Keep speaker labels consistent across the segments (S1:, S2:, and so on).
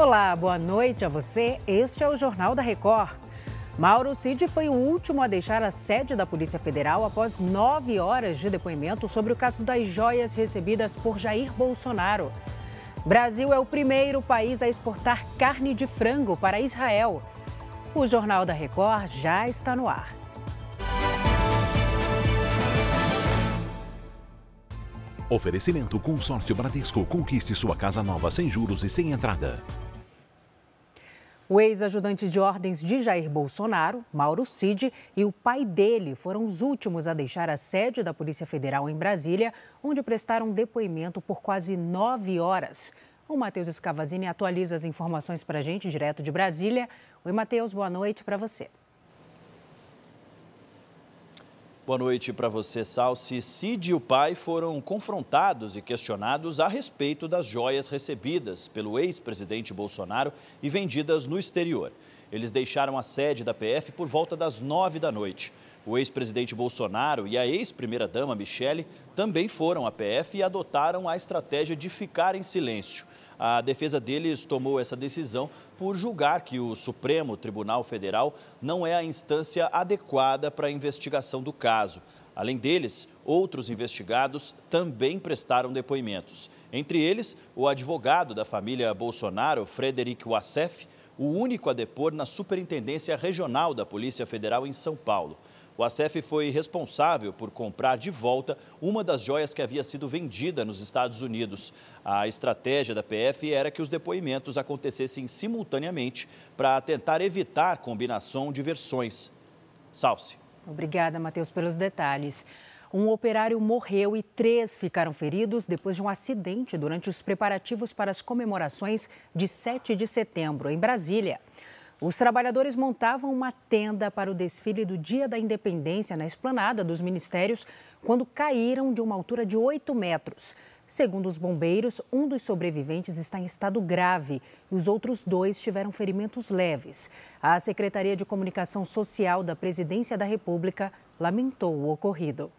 S1: Olá, boa noite a você. Este é o Jornal da Record. Mauro Cid foi o último a deixar a sede da Polícia Federal após 9 horas de depoimento sobre o caso das joias recebidas por Jair Bolsonaro. Brasil é o primeiro país a exportar carne de frango para Israel. O Jornal da Record já está no ar.
S2: Oferecimento Consórcio Bradesco. Conquiste sua casa nova sem juros e sem entrada.
S1: O ex-ajudante de ordens de Jair Bolsonaro, Mauro Cid, e o pai dele foram os últimos a deixar a sede da Polícia Federal em Brasília, onde prestaram depoimento por quase 9 horas. O Matheus Escavazini atualiza as informações para a gente, direto de Brasília. Oi, Matheus, boa noite para você.
S3: Boa noite para você, Salsi. Cid e o pai foram confrontados e questionados a respeito das joias recebidas pelo ex-presidente Bolsonaro e vendidas no exterior. Eles deixaram a sede da PF por volta das 9 da noite. O ex-presidente Bolsonaro e a ex-primeira-dama Michele também foram à PF e adotaram a estratégia de ficar em silêncio. A defesa deles tomou essa decisão por julgar que o Supremo Tribunal Federal não é a instância adequada para a investigação do caso. Além deles, outros investigados também prestaram depoimentos. Entre eles, o advogado da família Bolsonaro, Frederic Wassef, o único a depor na Superintendência Regional da Polícia Federal em São Paulo. O Wassef foi responsável por comprar de volta uma das joias que havia sido vendida nos Estados Unidos. A estratégia da PF era que os depoimentos acontecessem simultaneamente para tentar evitar combinação de versões. Salsi.
S1: Obrigada, Matheus, pelos detalhes. Um operário morreu e 3 ficaram feridos depois de um acidente durante os preparativos para as comemorações de 7 de setembro, em Brasília. Os trabalhadores montavam uma tenda para o desfile do Dia da Independência na esplanada dos ministérios quando caíram de uma altura de 8 metros. Segundo os bombeiros, um dos sobreviventes está em estado grave e os outros 2 tiveram ferimentos leves. A Secretaria de Comunicação Social da Presidência da República lamentou o ocorrido.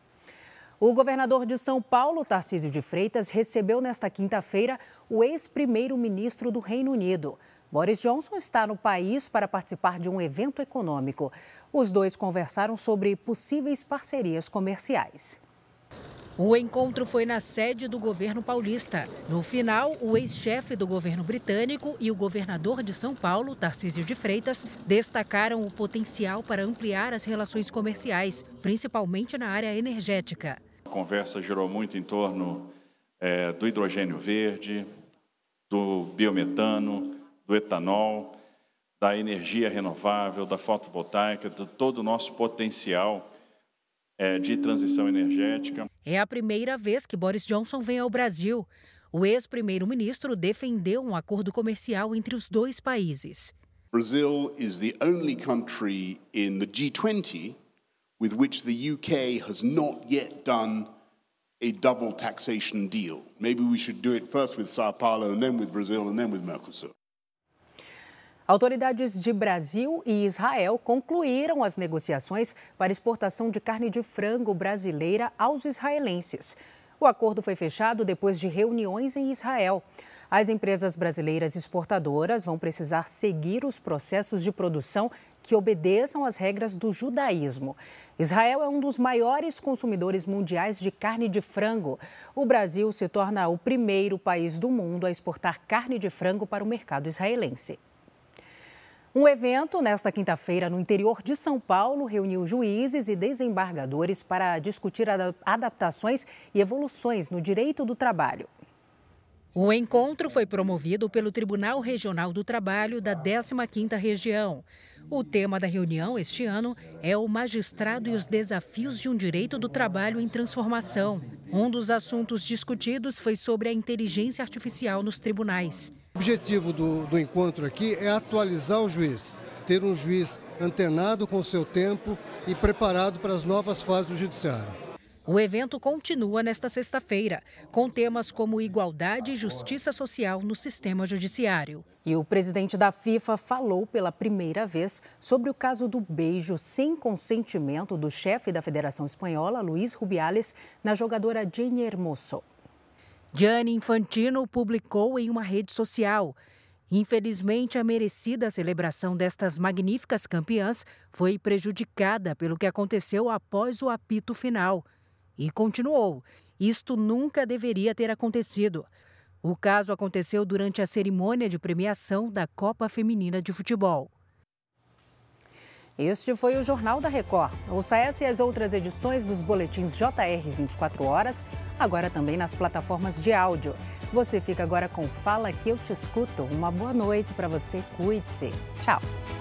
S1: O governador de São Paulo, Tarcísio de Freitas, recebeu nesta quinta-feira o ex-primeiro-ministro do Reino Unido. Boris Johnson está no país para participar de um evento econômico. Os dois conversaram sobre possíveis parcerias comerciais. O encontro foi na sede do governo paulista. No final, o ex-chefe do governo britânico e o governador de São Paulo, Tarcísio de Freitas, destacaram o potencial para ampliar as relações comerciais, principalmente na área energética.
S4: A conversa girou muito em torno do hidrogênio verde, do biometano, do etanol, da energia renovável, da fotovoltaica, de todo o nosso potencial de transição energética.
S1: É a primeira vez que Boris Johnson vem ao Brasil. O ex-primeiro-ministro defendeu um acordo comercial entre os dois países.
S5: Brazil is the only country in the G20 with which the UK has not yet done a double taxation deal. Maybe we should do it first with São Paulo and then with Brazil and then with Mercosur.
S1: Autoridades de Brasil e Israel concluíram as negociações para exportação de carne de frango brasileira aos israelenses. O acordo foi fechado depois de reuniões em Israel. As empresas brasileiras exportadoras vão precisar seguir os processos de produção que obedeçam às regras do judaísmo. Israel é um dos maiores consumidores mundiais de carne de frango. O Brasil se torna o primeiro país do mundo a exportar carne de frango para o mercado israelense. Um evento nesta quinta-feira no interior de São Paulo reuniu juízes e desembargadores para discutir adaptações e evoluções no direito do trabalho. O encontro foi promovido pelo Tribunal Regional do Trabalho da 15ª Região. O tema da reunião este ano é o magistrado e os desafios de um direito do trabalho em transformação. Um dos assuntos discutidos foi sobre a inteligência artificial nos tribunais.
S6: O objetivo do encontro aqui é atualizar o juiz, ter um juiz antenado com o seu tempo e preparado para as novas fases do judiciário.
S1: O evento continua nesta sexta-feira, com temas como igualdade e justiça social no sistema judiciário. E o presidente da FIFA falou pela primeira vez sobre o caso do beijo sem consentimento do chefe da Federação Espanhola, Luís Rubiales, na jogadora Jenni Hermoso. Gianni Infantino publicou em uma rede social: Infelizmente, a merecida celebração destas magníficas campeãs foi prejudicada pelo que aconteceu após o apito final. E continuou. Isto nunca deveria ter acontecido. O caso aconteceu durante a cerimônia de premiação da Copa Feminina de Futebol. Este foi o Jornal da Record. Ouça essa e as outras edições dos boletins JR 24 horas, agora também nas plataformas de áudio. Você fica agora com Fala Que Eu Te Escuto. Uma boa noite para você, cuide-se. Tchau.